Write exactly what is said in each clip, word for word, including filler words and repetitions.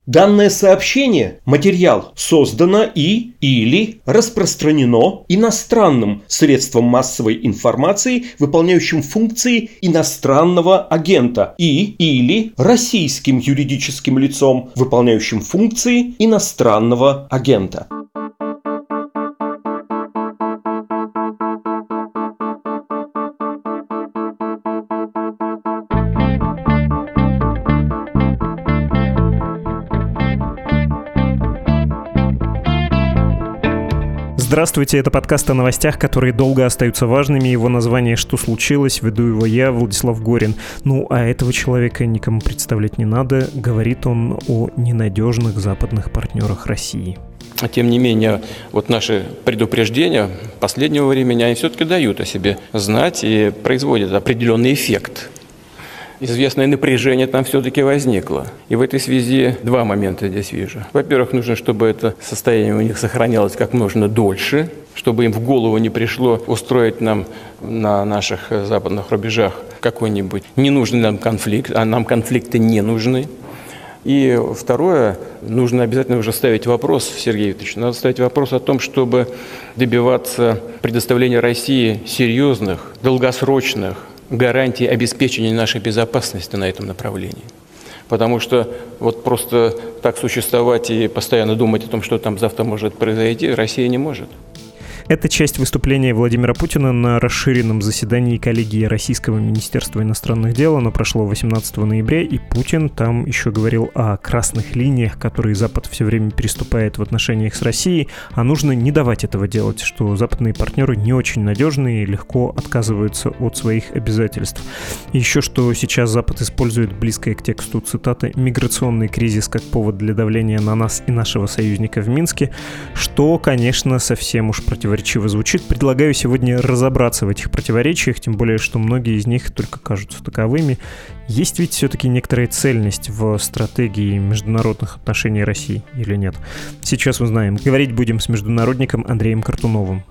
Данное сообщение, материал, создано и или распространено иностранным средством массовой информации, выполняющим функции иностранного агента, и или российским юридическим лицом, выполняющим функции иностранного агента. Здравствуйте, это подкаст о новостях, которые долго остаются важными. Его название «Что случилось?». Веду его я, Владислав Горин. Ну, а этого человека никому представлять не надо. Говорит он о ненадежных западных партнерах России. Тем не менее, вот наши предупреждения последнего времени, они все-таки дают о себе знать и производят определенный эффект. Известное напряжение там все-таки возникло. И в этой связи два момента здесь вижу. Во-первых, нужно, чтобы это состояние у них сохранялось как можно дольше, чтобы им в голову не пришло устроить нам на наших западных рубежах какой-нибудь ненужный нам конфликт, а нам конфликты не нужны. И второе, нужно обязательно уже ставить вопрос, Сергей Викторович, надо ставить вопрос о том, чтобы добиваться предоставления России серьезных, долгосрочных гарантий обеспечения нашей безопасности на этом направлении. Потому что вот просто так существовать и постоянно думать о том, что там завтра может произойти, Россия не может. Это часть выступления Владимира Путина на расширенном заседании коллегии Российского Министерства иностранных дел. Оно прошло восемнадцатого ноября, и Путин там еще говорил о красных линиях, которые Запад все время переступает в отношениях с Россией, а нужно не давать этого делать, что западные партнеры не очень надежные и легко отказываются от своих обязательств. И еще что сейчас Запад использует близкое к тексту цитаты «миграционный кризис» как повод для давления на нас и нашего союзника в Минске, что, конечно, совсем уж противоречиво звучит. Предлагаю сегодня разобраться в этих противоречиях, тем более, что многие из них только кажутся таковыми. Есть ведь все-таки некоторая цельность в стратегии международных отношений России или нет? Сейчас узнаем. Говорить будем с международником Андреем Картуновым.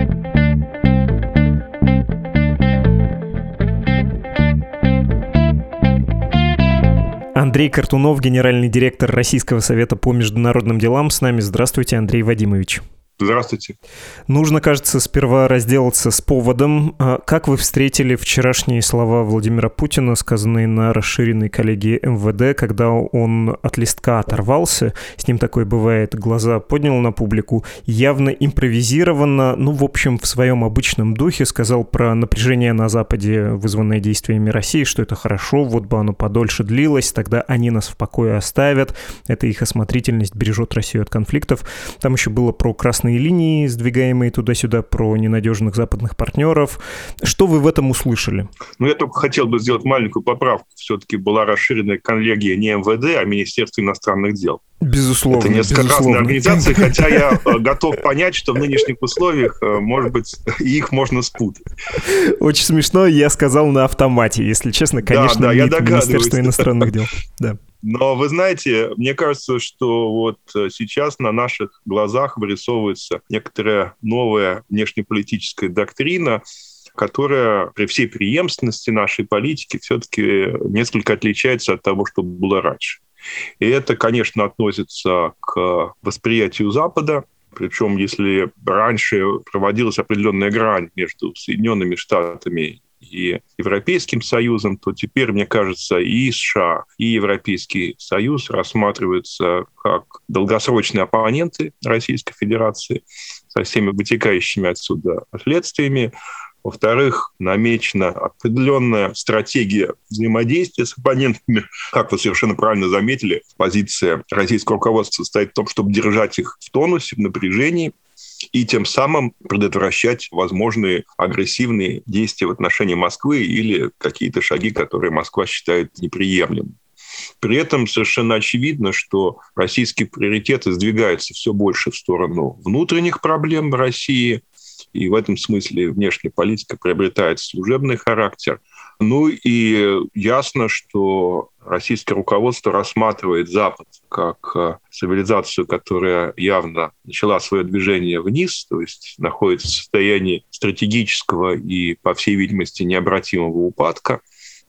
Андрей Картунов, генеральный директор Российского совета по международным делам. С нами. Здравствуйте, Андрей Вадимович. Здравствуйте. Нужно, кажется, сперва разделаться с поводом. Как вы встретили вчерашние слова Владимира Путина, сказанные на расширенной коллегии эм вэ дэ, когда он от листка оторвался, с ним такое бывает, глаза поднял на публику, явно импровизированно, ну, в общем, в своем обычном духе сказал про напряжение на Западе, вызванное действиями России, что это хорошо, вот бы оно подольше длилось, тогда они нас в покое оставят, это их осмотрительность бережет Россию от конфликтов. Там еще было про красные линии, сдвигаемые туда-сюда, про ненадежных западных партнеров. Что вы в этом услышали? Ну, я только хотел бы сделать маленькую поправку. Все-таки была расширенная коллегия не эм вэ дэ, а Министерство иностранных дел. Безусловно. Это несколько безусловно. разные организации, хотя я готов понять, что в нынешних условиях, может быть, их можно спутать. Очень смешно, я сказал на автомате, если честно, конечно, да, да, МИД, Министерство иностранных дел. Да. Но вы знаете, мне кажется, что вот сейчас на наших глазах вырисовывается некоторая новая внешнеполитическая доктрина, которая при всей преемственности нашей политики все-таки несколько отличается от того, что было раньше. И это, конечно, относится к восприятию Запада. Причем, если раньше проводилась определенная грань между Соединенными Штатами и Европейским Союзом, то теперь, мне кажется, и США, и Европейский Союз рассматриваются как долгосрочные оппоненты Российской Федерации со всеми вытекающими отсюда последствиями. Во-вторых, намечена определенная стратегия взаимодействия с оппонентами. Как вы совершенно правильно заметили, позиция российского руководства состоит в том, чтобы держать их в тонусе, в напряжении, и тем самым предотвращать возможные агрессивные действия в отношении Москвы или какие-то шаги, которые Москва считает неприемлемыми. При этом совершенно очевидно, что российские приоритеты сдвигаются все больше в сторону внутренних проблем России, и в этом смысле внешняя политика приобретает служебный характер. Ну и ясно, что российское руководство рассматривает Запад как цивилизацию, которая явно начала свое движение вниз, то есть находится в состоянии стратегического и, по всей видимости, необратимого упадка.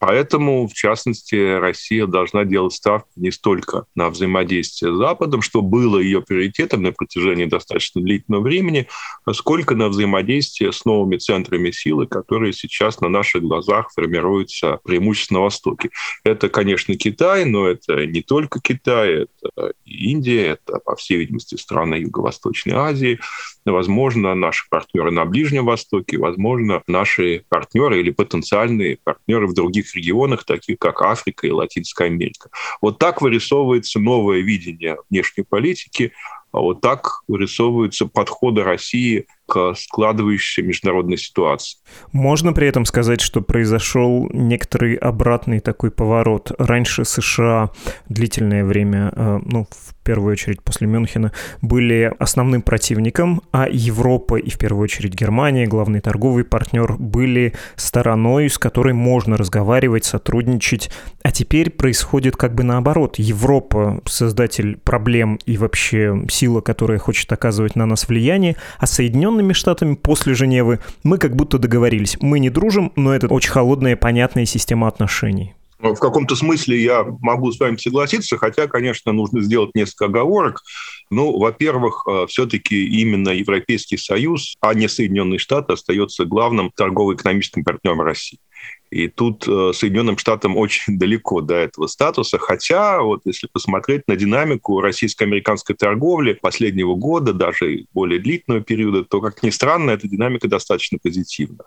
Поэтому, в частности, Россия должна делать ставку не столько на взаимодействие с Западом, что было ее приоритетом на протяжении достаточно длительного времени, сколько на взаимодействие с новыми центрами силы, которые сейчас на наших глазах формируются преимущественно на Востоке. Это, конечно, Китай, но это не только Китай, это и Индия, это, по всей видимости, страны Юго-Восточной Азии, возможно, наши партнеры на Ближнем Востоке, возможно, наши партнеры или потенциальные партнеры в других регионах, таких как Африка и Латинская Америка. Вот так вырисовывается новое видение внешней политики, а вот так вырисовываются подходы России к складывающейся международной ситуации. Можно при этом сказать, что произошел некоторый обратный такой поворот. Раньше США длительное время, ну, в первую очередь после Мюнхена, были основным противником, а Европа и в первую очередь Германия, главный торговый партнер, были стороной, с которой можно разговаривать, сотрудничать. А теперь происходит как бы наоборот. Европа — создатель проблем и вообще сила, которая хочет оказывать на нас влияние, а Соединенные Штатами после Женевы мы как будто договорились. Мы не дружим, но это очень холодная, понятная система отношений. В каком-то смысле я могу с вами согласиться, хотя, конечно, нужно сделать несколько оговорок. Ну, во-первых, все-таки именно Европейский Союз, а не Соединенные Штаты, остается главным торгово-экономическим партнером России. И тут Соединенным Штатам очень далеко до этого статуса, хотя вот если посмотреть на динамику российско-американской торговли последнего года, даже более длительного периода, то, как ни странно, эта динамика достаточно позитивна.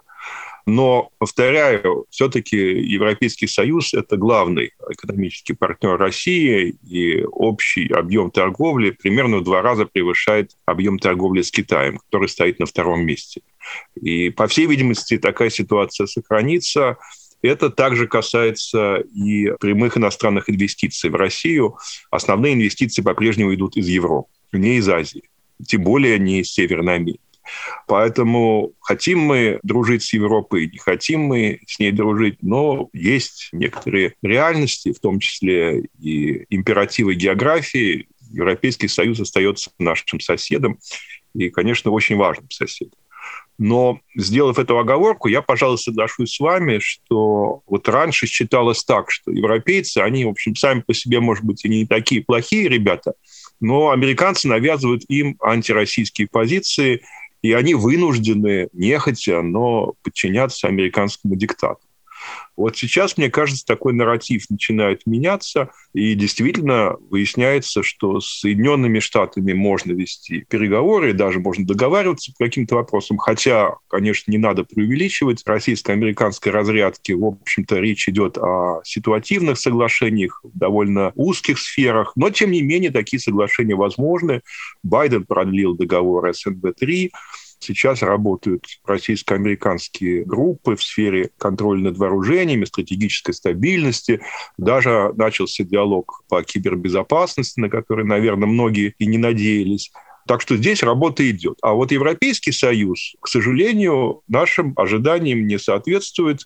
Но, повторяю, все-таки Европейский Союз – это главный экономический партнер России, и общий объем торговли примерно в два раза превышает объем торговли с Китаем, который стоит на втором месте. И, по всей видимости, такая ситуация сохранится. Это также касается и прямых иностранных инвестиций в Россию. Основные инвестиции по-прежнему идут из Европы, не из Азии, тем более не из Северной Америки. Поэтому хотим мы дружить с Европой, не хотим мы с ней дружить, но есть некоторые реальности, в том числе и императивы географии. Европейский Союз остается нашим соседом и, конечно, очень важным соседом. Но, сделав эту оговорку, я, пожалуй, соглашусь с вами, что вот раньше считалось так, что европейцы, они, в общем, сами по себе, может быть, и не такие плохие ребята, но американцы навязывают им антироссийские позиции, и они вынуждены, нехотя, но подчиняться американскому диктату. Вот сейчас, мне кажется, такой нарратив начинает меняться, и действительно выясняется, что с Соединенными Штатами можно вести переговоры, даже можно договариваться по каким-то вопросам, хотя, конечно, не надо преувеличивать. В российско-американской разрядке, в общем-то, речь идет о ситуативных соглашениях в довольно узких сферах, но, тем не менее, такие соглашения возможны. Байден продлил договор эс эн бэ три, сейчас работают российско-американские группы в сфере контроля над вооружениями, стратегической стабильности. Даже начался диалог по кибербезопасности, на который, наверное, многие и не надеялись. Так что здесь работа идет. А вот Европейский Союз, к сожалению, нашим ожиданиям не соответствует.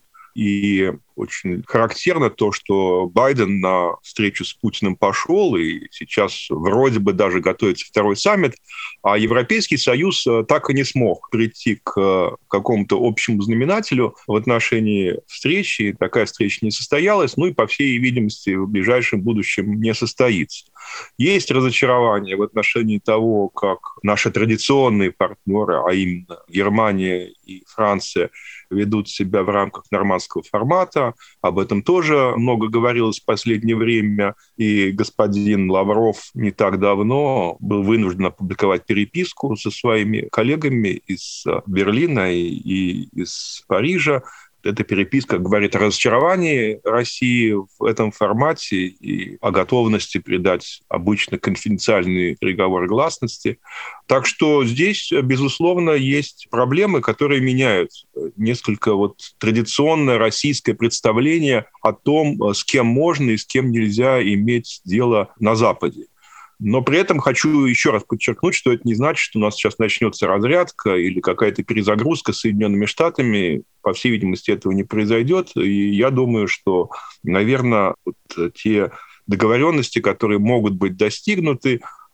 И очень характерно то, что Байден на встречу с Путиным пошел, и сейчас вроде бы даже готовится второй саммит, а Европейский Союз так и не смог прийти к какому-то общему знаменателю в отношении встречи. Такая встреча не состоялась, ну и, по всей видимости, в ближайшем будущем не состоится. Есть разочарование в отношении того, как наши традиционные партнеры, а именно Германия и Франция, ведут себя в рамках нормандского формата. Об этом тоже много говорилось в последнее время. И господин Лавров не так давно был вынужден опубликовать переписку со своими коллегами из Берлина и из Парижа. Эта переписка говорит о разочаровании России в этом формате и о готовности придать обычно конфиденциальный переговоры гласности. Так что здесь, безусловно, есть проблемы, которые меняют несколько вот традиционное российское представление о том, с кем можно и с кем нельзя иметь дело на Западе. Но при этом хочу еще раз подчеркнуть, что это не значит, что у нас сейчас начнется разрядка или какая-то перезагрузка с Соединенными Штатами. По всей видимости, этого не произойдет. И я думаю, что, наверное, вот те договоренности, которые могут быть достигнуты,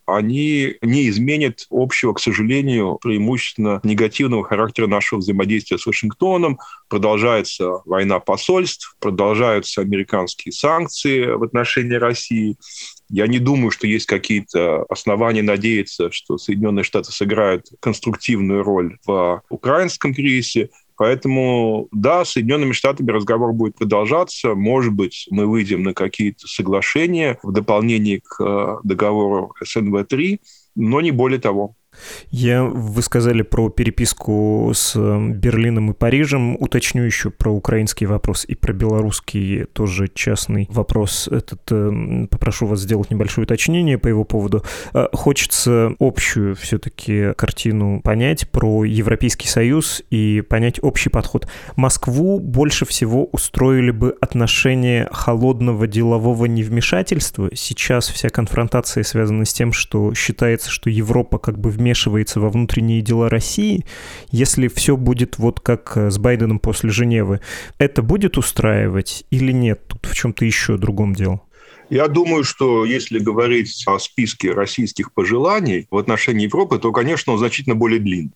они не изменят общего, к сожалению, преимущественно негативного характера нашего взаимодействия с Вашингтоном. Продолжается война посольств, продолжаются американские санкции в отношении России. Я не думаю, что есть какие-то основания надеяться, что Соединенные Штаты сыграют конструктивную роль в украинском кризисе. Поэтому, да, с Соединенными Штатами разговор будет продолжаться. Может быть, мы выйдем на какие-то соглашения в дополнение к договору эс эн вэ три, но не более того. Я, вы сказали про переписку с Берлином и Парижем. Уточню еще про украинский вопрос и про белорусский тоже частный вопрос. Этот, попрошу вас сделать небольшое уточнение по его поводу. Хочется общую все-таки картину понять про Европейский Союз и понять общий подход. Москву больше всего устроили бы отношения холодного делового невмешательства. Сейчас вся конфронтация связана с тем, что считается, что Европа как бы вмешивается вмешивается во внутренние дела России, если все будет вот как с Байденом после Женевы, это будет устраивать или нет? Тут в чем-то еще другом дело. Я думаю, что если говорить о списке российских пожеланий в отношении Европы, то, конечно, он значительно более длинный.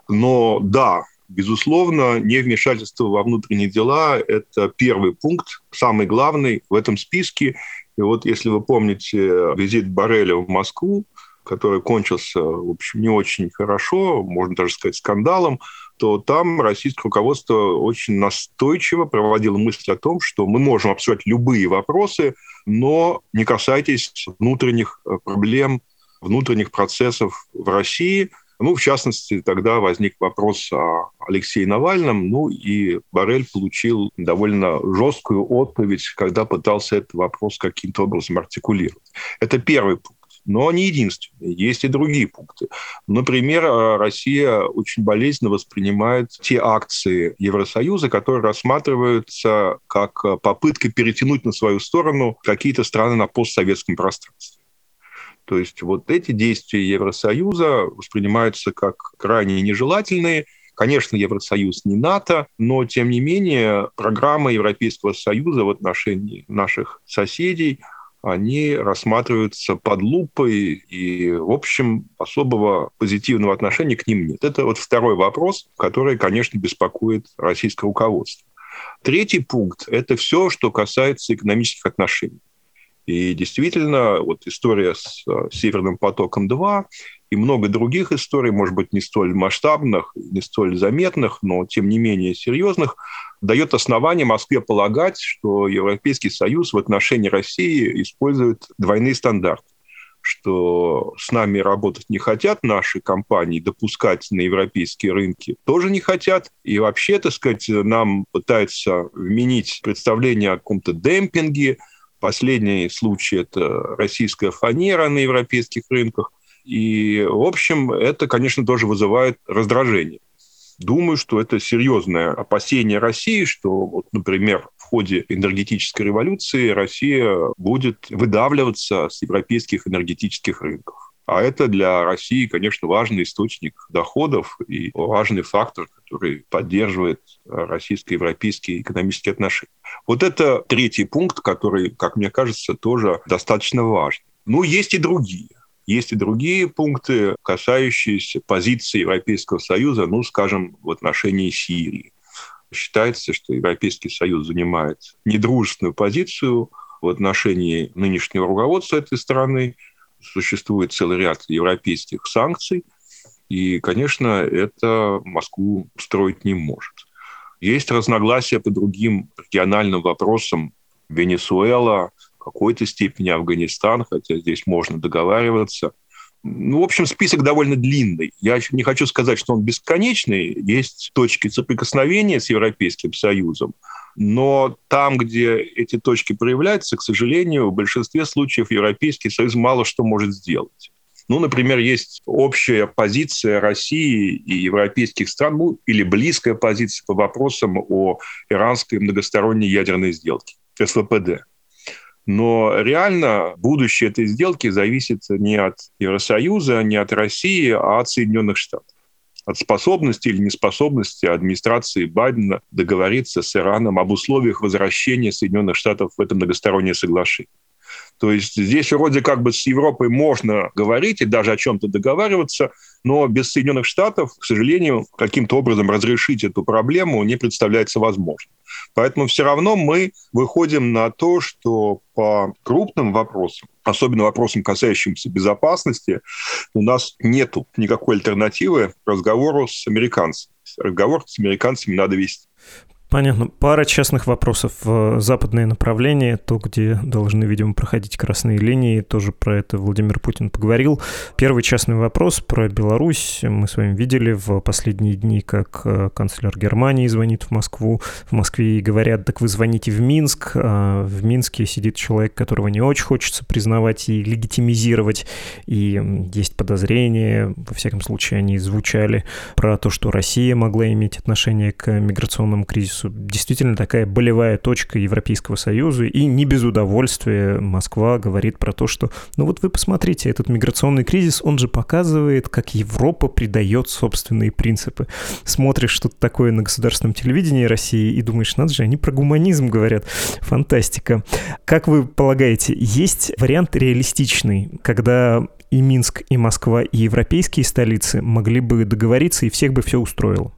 Но да, безусловно, невмешательство во внутренние дела – это первый пункт, самый главный в этом списке. И вот если вы помните визит Борреля в Москву, который кончился, в общем, не очень хорошо, можно даже сказать, скандалом, то там российское руководство очень настойчиво проводило мысль о том, что мы можем обсуждать любые вопросы, но не касайтесь внутренних проблем, внутренних процессов в России. Ну, в частности, тогда возник вопрос о Алексее Навальном, ну и Боррель получил довольно жесткую отповедь, когда пытался этот вопрос каким-то образом артикулировать. Это первый пункт. Но не единственный. Есть и другие пункты. Например, Россия очень болезненно воспринимает те акции Евросоюза, которые рассматриваются как попытка перетянуть на свою сторону какие-то страны на постсоветском пространстве. То есть вот эти действия Евросоюза воспринимаются как крайне нежелательные. Конечно, Евросоюз не НАТО, но, тем не менее, программа Европейского Союза в отношении наших соседей – они рассматриваются под лупой, и, в общем, особого позитивного отношения к ним нет. Это вот второй вопрос, который, конечно, беспокоит российское руководство. Третий пункт – это все, что касается экономических отношений. И действительно, вот история с «Северным потоком-два» и много других историй, может быть, не столь масштабных, не столь заметных, но, тем не менее, серьезных, дает основание Москве полагать, что Европейский Союз в отношении России использует двойные стандарты, что с нами работать не хотят наши компании, допускать на европейские рынки тоже не хотят. И вообще, так сказать, нам пытаются вменить представление о каком-то демпинге. Последний случай – это российская фанера на европейских рынках. И, в общем, это, конечно, тоже вызывает раздражение. Думаю, что это серьезное опасение России, что, вот, например, в ходе энергетической революции Россия будет выдавливаться с европейских энергетических рынков. А это для России, конечно, важный источник доходов и важный фактор, который поддерживает российско-европейские экономические отношения. Вот это третий пункт, который, как мне кажется, тоже достаточно важный. Но есть и другие. Есть и другие пункты, касающиеся позиции Европейского Союза, ну, скажем, в отношении Сирии. Считается, что Европейский Союз занимает недружественную позицию в отношении нынешнего руководства этой страны. Существует целый ряд европейских санкций, и, конечно, это Москву строить не может. Есть разногласия по другим региональным вопросам. Венесуэла, в какой-то степени Афганистан, хотя здесь можно договариваться. Ну, в общем, список довольно длинный. Я не хочу сказать, что он бесконечный. Есть точки соприкосновения с Европейским Союзом, но там, где эти точки проявляются, к сожалению, в большинстве случаев Европейский Союз мало что может сделать. Ну, например, есть общая позиция России и европейских стран, ну, или близкая позиция по вопросам о иранской многосторонней ядерной сделке, эс вэ пэ дэ. Но реально будущее этой сделки зависит не от Евросоюза, не от России, а от Соединенных Штатов. От способности или неспособности администрации Байдена договориться с Ираном об условиях возвращения Соединенных Штатов в это многостороннее соглашение. То есть здесь вроде как бы с Европой можно говорить и даже о чем-то договариваться, но без Соединенных Штатов, к сожалению, каким-то образом разрешить эту проблему не представляется возможным. Поэтому все равно мы выходим на то, что по крупным вопросам, особенно вопросам, касающимся безопасности, у нас нет никакой альтернативы разговору с американцами. Разговор с американцами надо вести. Понятно. Пара частных вопросов в западное направление, то, где должны, видимо, проходить красные линии, тоже про это Владимир Путин поговорил. Первый частный вопрос про Беларусь. Мы с вами видели в последние дни, как канцлер Германии звонит в Москву. В Москве и говорят, так вы звоните в Минск. А в Минске сидит человек, которого не очень хочется признавать и легитимизировать. И есть подозрения, во всяком случае, они звучали про то, что Россия могла иметь отношение к миграционному кризису. Действительно такая болевая точка Европейского Союза, и не без удовольствия Москва говорит про то, что ну вот вы посмотрите, этот миграционный кризис, он же показывает, как Европа предает собственные принципы. Смотришь что-то такое на государственном телевидении России и думаешь, надо же, они про гуманизм говорят. Фантастика. Как вы полагаете, есть вариант реалистичный, когда и Минск, и Москва, и европейские столицы могли бы договориться, и всех бы все устроило?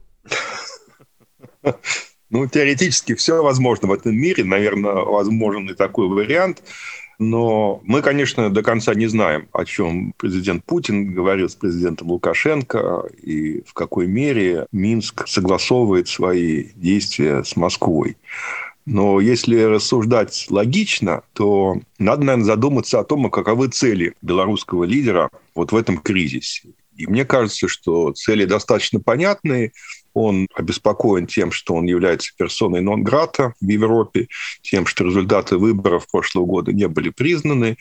Ну, теоретически все возможно в этом мире. Наверное, возможен и такой вариант. Но мы, конечно, до конца не знаем, о чем президент Путин говорил с президентом Лукашенко и в какой мере Минск согласовывает свои действия с Москвой. Но если рассуждать логично, то надо, наверное, задуматься о том, каковы цели белорусского лидера вот в этом кризисе. И мне кажется, что цели достаточно понятные. Он обеспокоен тем, что он является персоной нон-грата в Европе, тем, что результаты выборов прошлого года не были признаны,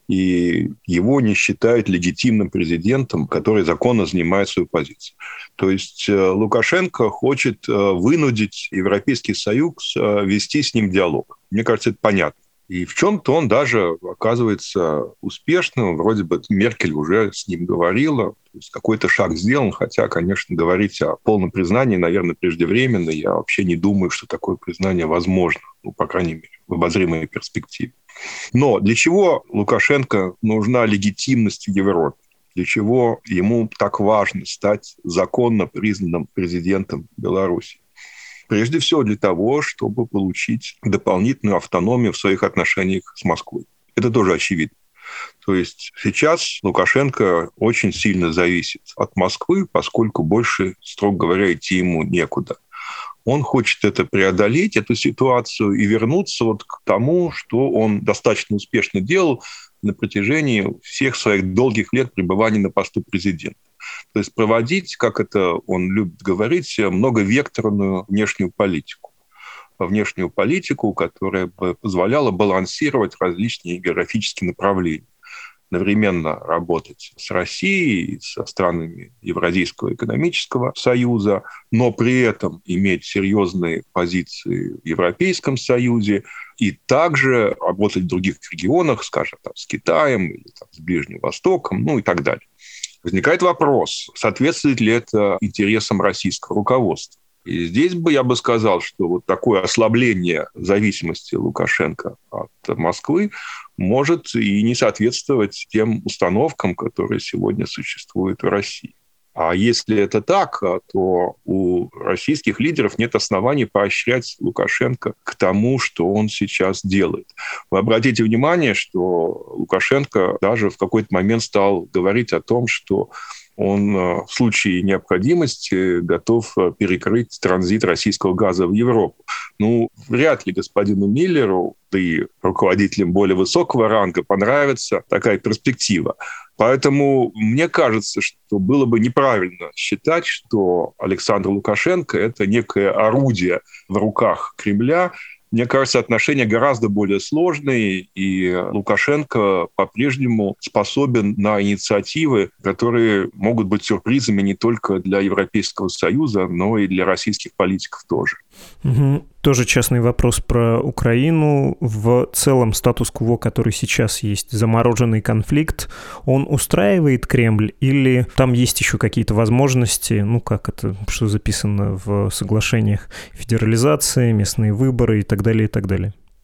и его не считают легитимным президентом, который законно занимает свою позицию. То есть Лукашенко хочет вынудить Европейский Союз вести с ним диалог. Мне кажется, это понятно. И в чем-то он даже оказывается успешным. Вроде бы Меркель уже с ним говорила. То есть какой-то шаг сделан, хотя, конечно, говорить о полном признании, наверное, преждевременно. Я вообще не думаю, что такое признание возможно, ну, по крайней мере, в обозримой перспективе. Но для чего Лукашенко нужна легитимность в Европе? Для чего ему так важно стать законно признанным президентом Беларуси? Прежде всего для того, чтобы получить дополнительную автономию в своих отношениях с Москвой. Это тоже очевидно. То есть сейчас Лукашенко очень сильно зависит от Москвы, поскольку больше, строго говоря, идти ему некуда. Он хочет это преодолеть, эту ситуацию, и вернуться вот к тому, что он достаточно успешно делал на протяжении всех своих долгих лет пребывания на посту президента. То есть проводить, как это он любит говорить, многовекторную внешнюю политику. Внешнюю политику, которая бы позволяла балансировать различные географические направления. Одновременно работать с Россией, со странами Евразийского экономического союза, но при этом иметь серьезные позиции в Европейском Союзе и также работать в других регионах, скажем, там, с Китаем или там, с Ближним Востоком, ну и так далее. Возникает вопрос, соответствует ли это интересам российского руководства. И здесь бы я бы сказал, что вот такое ослабление зависимости Лукашенко от Москвы может и не соответствовать тем установкам, которые сегодня существуют в России. А если это так, то у российских лидеров нет оснований поощрять Лукашенко к тому, что он сейчас делает. Вы обратите внимание, что Лукашенко даже в какой-то момент стал говорить о том, что он в случае необходимости готов перекрыть транзит российского газа в Европу. Ну, вряд ли господину Миллеру, да и руководителям более высокого ранга понравится такая перспектива. Поэтому мне кажется, что было бы неправильно считать, что Александр Лукашенко – это некое орудие в руках Кремля. Мне кажется, отношения гораздо более сложные, и Лукашенко по-прежнему способен на инициативы, которые могут быть сюрпризами не только для Европейского Союза, но и для российских политиков тоже. Угу. Тоже частный вопрос про Украину. В целом статус-кво, который сейчас есть, замороженный конфликт, он устраивает Кремль или там есть еще какие-то возможности, ну как это, что записано в соглашениях, федерализация, местные выборы и так далее, и так далее?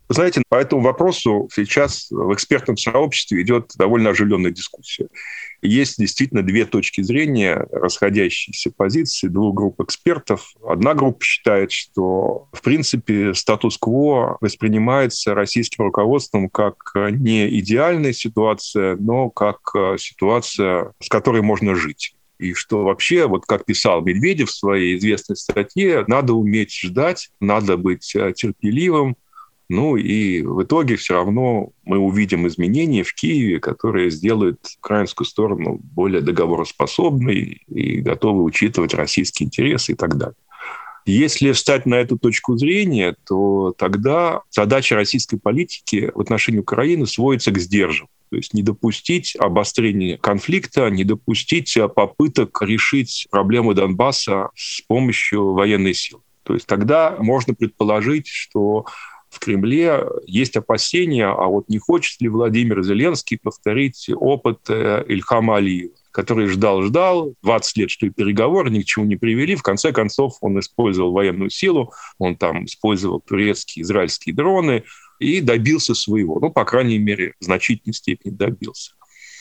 Вы знаете, по этому вопросу сейчас в экспертном сообществе идет довольно оживленная дискуссия. Есть действительно две точки зрения, расходящиеся позиции двух групп экспертов. Одна группа считает, что, в принципе, статус-кво воспринимается российским руководством как не идеальная ситуация, но как ситуация, с которой можно жить. И что вообще, вот как писал Медведев в своей известной статье, надо уметь ждать, надо быть терпеливым. Ну и в итоге все равно мы увидим изменения в Киеве, которые сделают украинскую сторону более договороспособной и готовы учитывать российские интересы и так далее. Если встать на эту точку зрения, то тогда задача российской политики в отношении Украины сводится к сдерживанию. То есть не допустить обострения конфликта, не допустить попыток решить проблемы Донбасса с помощью военной силы. То есть тогда можно предположить, что в Кремле есть опасения, а вот не хочет ли Владимир Зеленский повторить опыт Ильхама Алиева, который ждал-ждал, двадцать лет шли переговоры, ни к чему не привели. В конце концов, он использовал военную силу, он там использовал турецкие, израильские дроны и добился своего. Ну, по крайней мере, в значительной степени добился.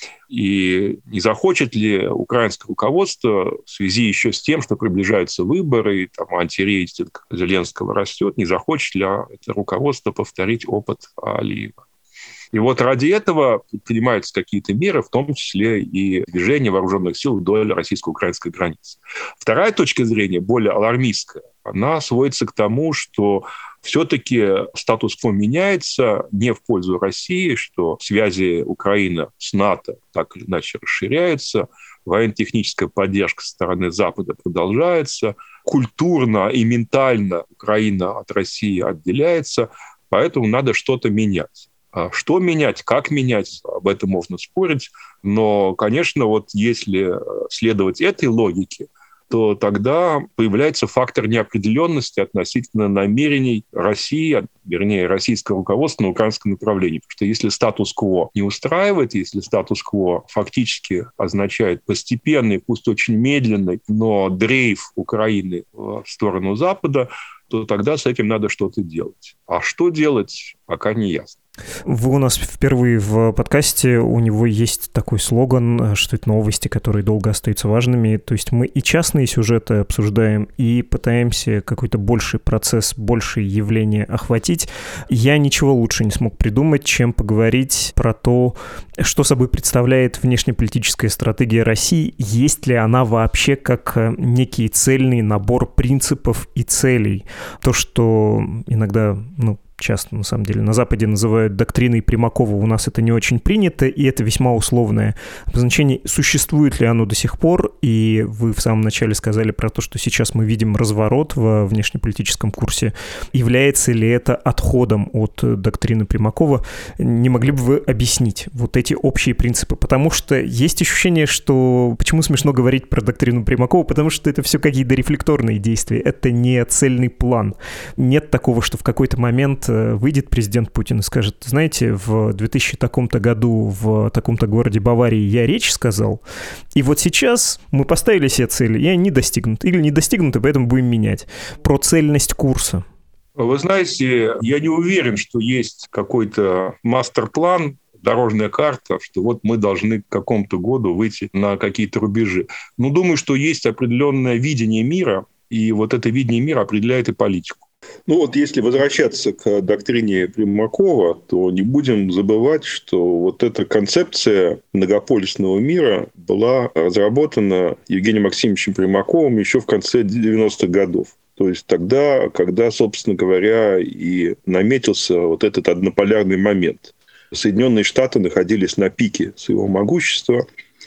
И не захочет ли украинское руководство в связи еще с тем, что приближаются выборы, и там антирейтинг Зеленского растет, не захочет ли это руководство повторить опыт Алиева? И вот ради этого принимаются какие-то меры, в том числе и движение вооруженных сил вдоль российско-украинской границы. Вторая точка зрения, более алармистская, она сводится к тому, что все-таки статус-кво меняется не в пользу России, что связи Украины с НАТО так или иначе расширяются, военно-техническая поддержка со стороны Запада продолжается, культурно и ментально Украина от России отделяется, поэтому надо что-то менять. Что менять, как менять, об этом можно спорить. Но, конечно, вот если следовать этой логике, то тогда появляется фактор неопределенности относительно намерений России, вернее, российского руководства на украинском направлении. Потому что если статус-кво не устраивает, если статус-кво фактически означает постепенный, пусть очень медленный, но дрейф Украины в сторону Запада, то тогда с этим надо что-то делать. А что делать, пока не ясно. Вы у нас впервые в подкасте, у него есть такой слоган, что это новости, которые долго остаются важными. То есть мы и частные сюжеты обсуждаем, и пытаемся какой-то больший процесс, большее явление охватить. Я ничего лучше не смог придумать, чем поговорить про то, что собой представляет внешнеполитическая стратегия России, есть ли она вообще как некий цельный набор принципов и целей. То, что иногда, ну, часто, на самом деле, на Западе называют доктриной Примакова, у нас это не очень принято, и это весьма условное обозначение. Существует ли оно до сих пор? И вы в самом начале сказали про то, что сейчас мы видим разворот во внешнеполитическом курсе. Является ли это отходом от доктрины Примакова? Не могли бы вы объяснить вот эти общие принципы? Потому что есть ощущение, что... Почему смешно говорить про доктрину Примакова? Потому что это все какие-то рефлекторные действия. Это не цельный план. Нет такого, что в какой-то момент выйдет президент Путин и скажет: знаете, в двухтысячном таком-то году в таком-то городе Баварии я речь сказал, и вот сейчас мы поставили себе цели, и они достигнуты. Или не достигнуты, поэтому будем менять. Про цельность курса. Вы знаете, я не уверен, что есть какой-то мастер-план, дорожная карта, что вот мы должны к какому-то году выйти на какие-то рубежи. Но думаю, что есть определенное видение мира, и вот это видение мира определяет и политику. Ну вот если возвращаться к доктрине Примакова, то не будем забывать, что вот эта концепция многополюсного мира была разработана Евгением Максимовичем Примаковым еще в конце девяностых годов. То есть тогда, когда, собственно говоря, и наметился вот этот однополярный момент. Соединенные Штаты находились на пике своего могущества,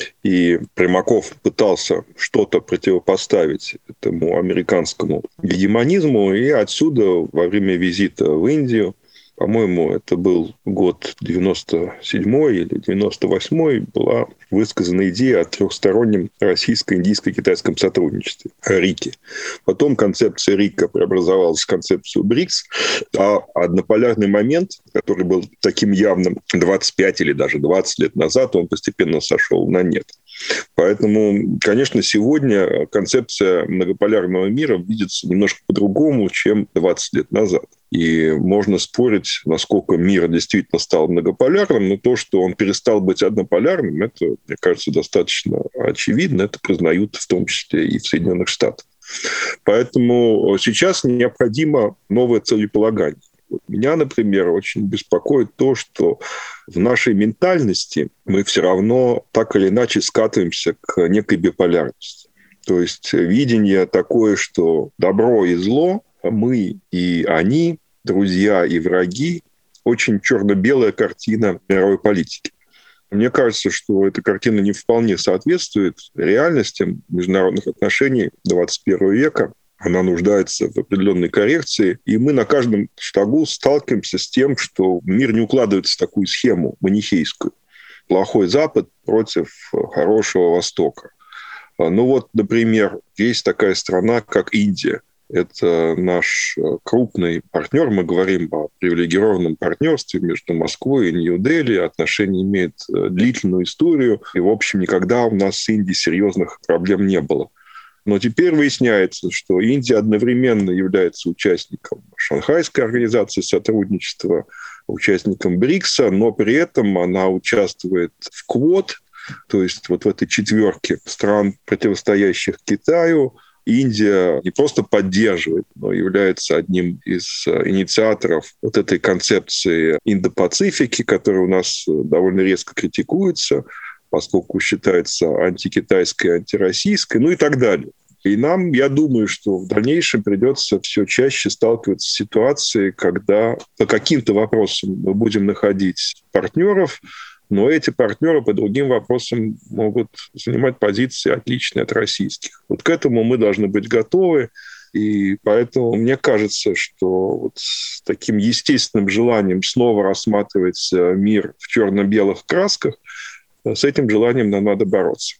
и Примаков пытался что-то противопоставить этому американскому гегемонизму, и отсюда во время визита в Индию, по-моему, это был год девяносто седьмой или девяносто восьмой, была высказана идея о трехстороннем российско-индийско-китайском сотрудничестве, РИКе. Потом концепция РИКа преобразовалась в концепцию БРИКС, а однополярный момент, который был таким явным двадцать пять или даже двадцать лет назад, он постепенно сошел на нет. Поэтому, конечно, сегодня концепция многополярного мира видится немножко по-другому, чем двадцать лет назад. И можно спорить, насколько мир действительно стал многополярным, но то, что он перестал быть однополярным, это, мне кажется, достаточно очевидно. Это признают в том числе и в Соединенных Штатах. Поэтому сейчас необходимо новое целеполагание. Вот меня, например, очень беспокоит то, что в нашей ментальности мы все равно так или иначе скатываемся к некой биполярности. То есть видение такое, что добро и зло, мы и они, друзья и враги, очень черно-белая картина мировой политики. Мне кажется, что эта картина не вполне соответствует реальностям международных отношений двадцать первого века. Она нуждается в определенной коррекции, и мы на каждом шагу сталкиваемся с тем, что мир не укладывается в такую схему манихейскую. Плохой Запад против хорошего Востока. Ну вот, например, есть такая страна, как Индия. Это наш крупный партнер. Мы говорим о привилегированном партнерстве между Москвой и Нью-Дели. Отношения имеют длительную историю. И, в общем, никогда у нас с Индией серьезных проблем не было. Но теперь выясняется, что Индия одновременно является участником Шанхайской организации сотрудничества, участником БРИКСа, но при этом она участвует в Квад, то есть вот в этой четверке стран, противостоящих Китаю. Индия не просто поддерживает, но является одним из инициаторов вот этой концепции Индо-Пацифики, которая у нас довольно резко критикуется, поскольку считается антикитайской, антироссийской, ну и так далее. И нам, я думаю, что в дальнейшем придется все чаще сталкиваться с ситуацией, когда по каким-то вопросам мы будем находить партнеров, но эти партнеры по другим вопросам могут занимать позиции, отличные от российских. Вот к этому мы должны быть готовы. И поэтому мне кажется, что вот с таким естественным желанием снова рассматривать мир в черно-белых красках, с этим желанием нам надо бороться.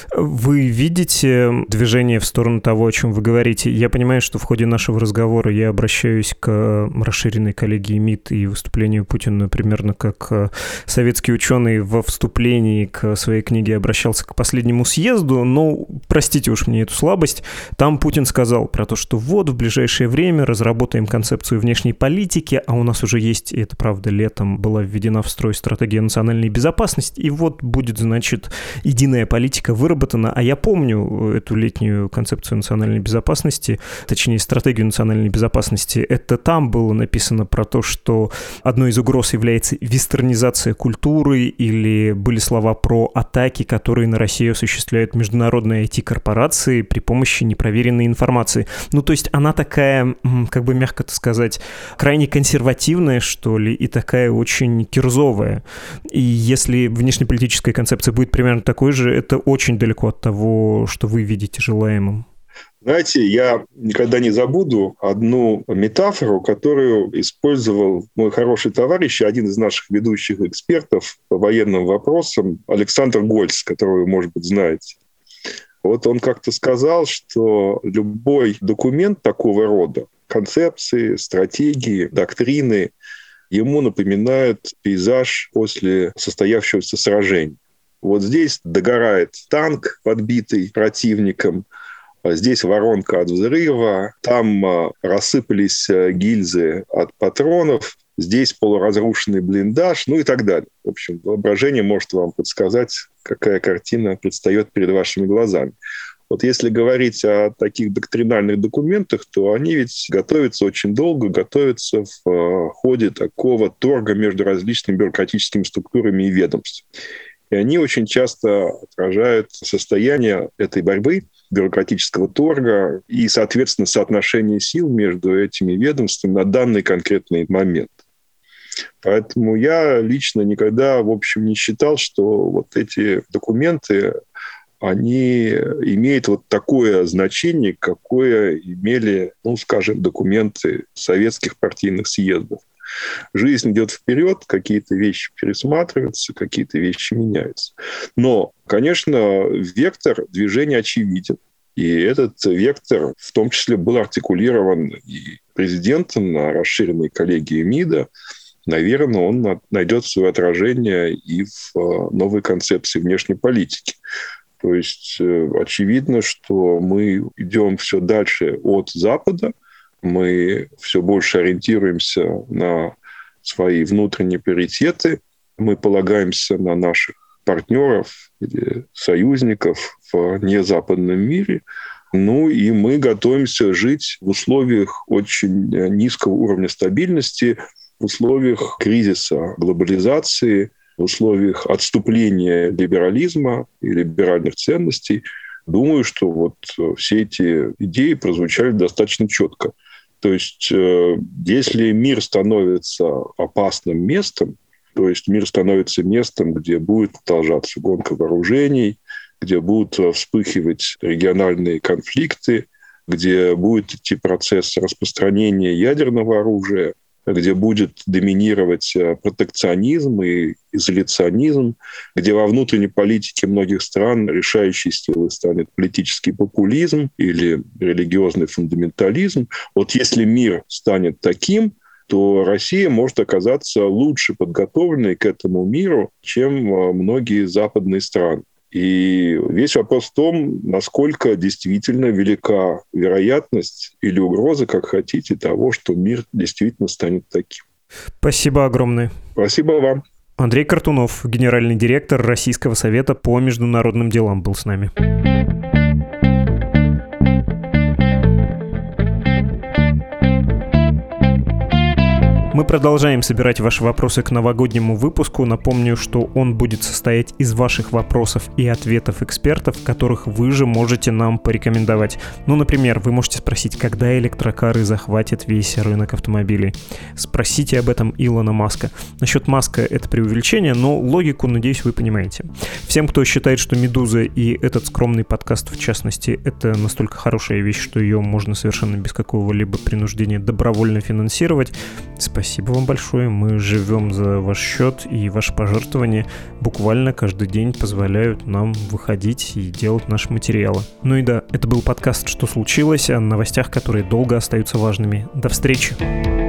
Вы видите движение в сторону того, о чем вы говорите? Я понимаю, что в ходе нашего разговора я обращаюсь к расширенной коллегии МИД и выступлению Путина примерно как советский ученый во вступлении к своей книге обращался к последнему съезду, но простите уж мне эту слабость. Там Путин сказал про то, что вот в ближайшее время разработаем концепцию внешней политики, а у нас уже есть, и это правда, летом была введена в строй стратегия национальной безопасности, и вот будет, значит, единая политика выработана, а я помню эту летнюю концепцию национальной безопасности, точнее, стратегию национальной безопасности. Это там было написано про то, что одной из угроз является вестернизация культуры, или были слова про атаки, которые на Россию осуществляют международные ай ти-корпорации при помощи непроверенной информации. Ну, то есть она такая, как бы мягко это сказать, крайне консервативная, что ли, и такая очень кирзовая. И если внешнеполитическая концепция будет примерно такой же, это очень очень далеко от того, что вы видите желаемым. Знаете, я никогда не забуду одну метафору, которую использовал мой хороший товарищ, один из наших ведущих экспертов по военным вопросам, Александр Гольц, которого вы, может быть, знаете. Вот он как-то сказал, что любой документ такого рода, концепции, стратегии, доктрины, ему напоминает пейзаж после состоявшегося сражения. Вот здесь догорает танк, подбитый противником, здесь воронка от взрыва, там рассыпались гильзы от патронов, здесь полуразрушенный блиндаж, ну и так далее. В общем, воображение может вам подсказать, какая картина предстает перед вашими глазами. Вот если говорить о таких доктринальных документах, то они ведь готовятся очень долго, готовятся в ходе такого торга между различными бюрократическими структурами и ведомствами. И они очень часто отражают состояние этой борьбы, бюрократического торга и, соответственно, соотношение сил между этими ведомствами на данный конкретный момент. Поэтому я лично никогда, в общем, не считал, что вот эти документы, они имеют вот такое значение, какое имели, ну, скажем, документы советских партийных съездов. Жизнь идет вперед, какие-то вещи пересматриваются, какие-то вещи меняются. Но, конечно, вектор движения очевиден. И этот вектор в том числе был артикулирован и президентом на расширенной коллегии МИДа. Наверное, он найдет свое отражение и в новой концепции внешней политики. То есть очевидно, что мы идем все дальше от Запада, Мы все больше ориентируемся на свои внутренние приоритеты. Мы полагаемся на наших партнеров или союзников в незападном мире. Ну и мы готовимся жить в условиях очень низкого уровня стабильности, в условиях кризиса глобализации, в условиях отступления либерализма и либеральных ценностей. Думаю, что вот все эти идеи прозвучали достаточно четко. То есть, если мир становится опасным местом, то есть мир становится местом, где будет продолжаться гонка вооружений, где будут вспыхивать региональные конфликты, где будет идти процесс распространения ядерного оружия, где будет доминировать протекционизм и изоляционизм, где во внутренней политике многих стран решающей силой станет политический популизм или религиозный фундаментализм. Вот если мир станет таким, то Россия может оказаться лучше подготовленной к этому миру, чем многие западные страны. И весь вопрос в том, насколько действительно велика вероятность или угроза, как хотите, того, что мир действительно станет таким. Спасибо огромное. Спасибо вам. Андрей Картунов, генеральный директор Российского совета по международным делам, был с нами. Мы продолжаем собирать ваши вопросы к новогоднему выпуску. Напомню, что он будет состоять из ваших вопросов и ответов экспертов, которых вы же можете нам порекомендовать. Ну, например, вы можете спросить, когда электрокары захватят весь рынок автомобилей. Спросите об этом Илона Маска. Насчет Маска это преувеличение, но логику, надеюсь, вы понимаете. Всем, кто считает, что «Медуза» и этот скромный подкаст, в частности, это настолько хорошая вещь, что ее можно совершенно без какого-либо принуждения добровольно финансировать, спасибо. Спасибо вам большое. Мы живем за ваш счет, и ваши пожертвования буквально каждый день позволяют нам выходить и делать наши материалы. Ну и да, это был подкаст «Что случилось?» о новостях, которые долго остаются важными. До встречи!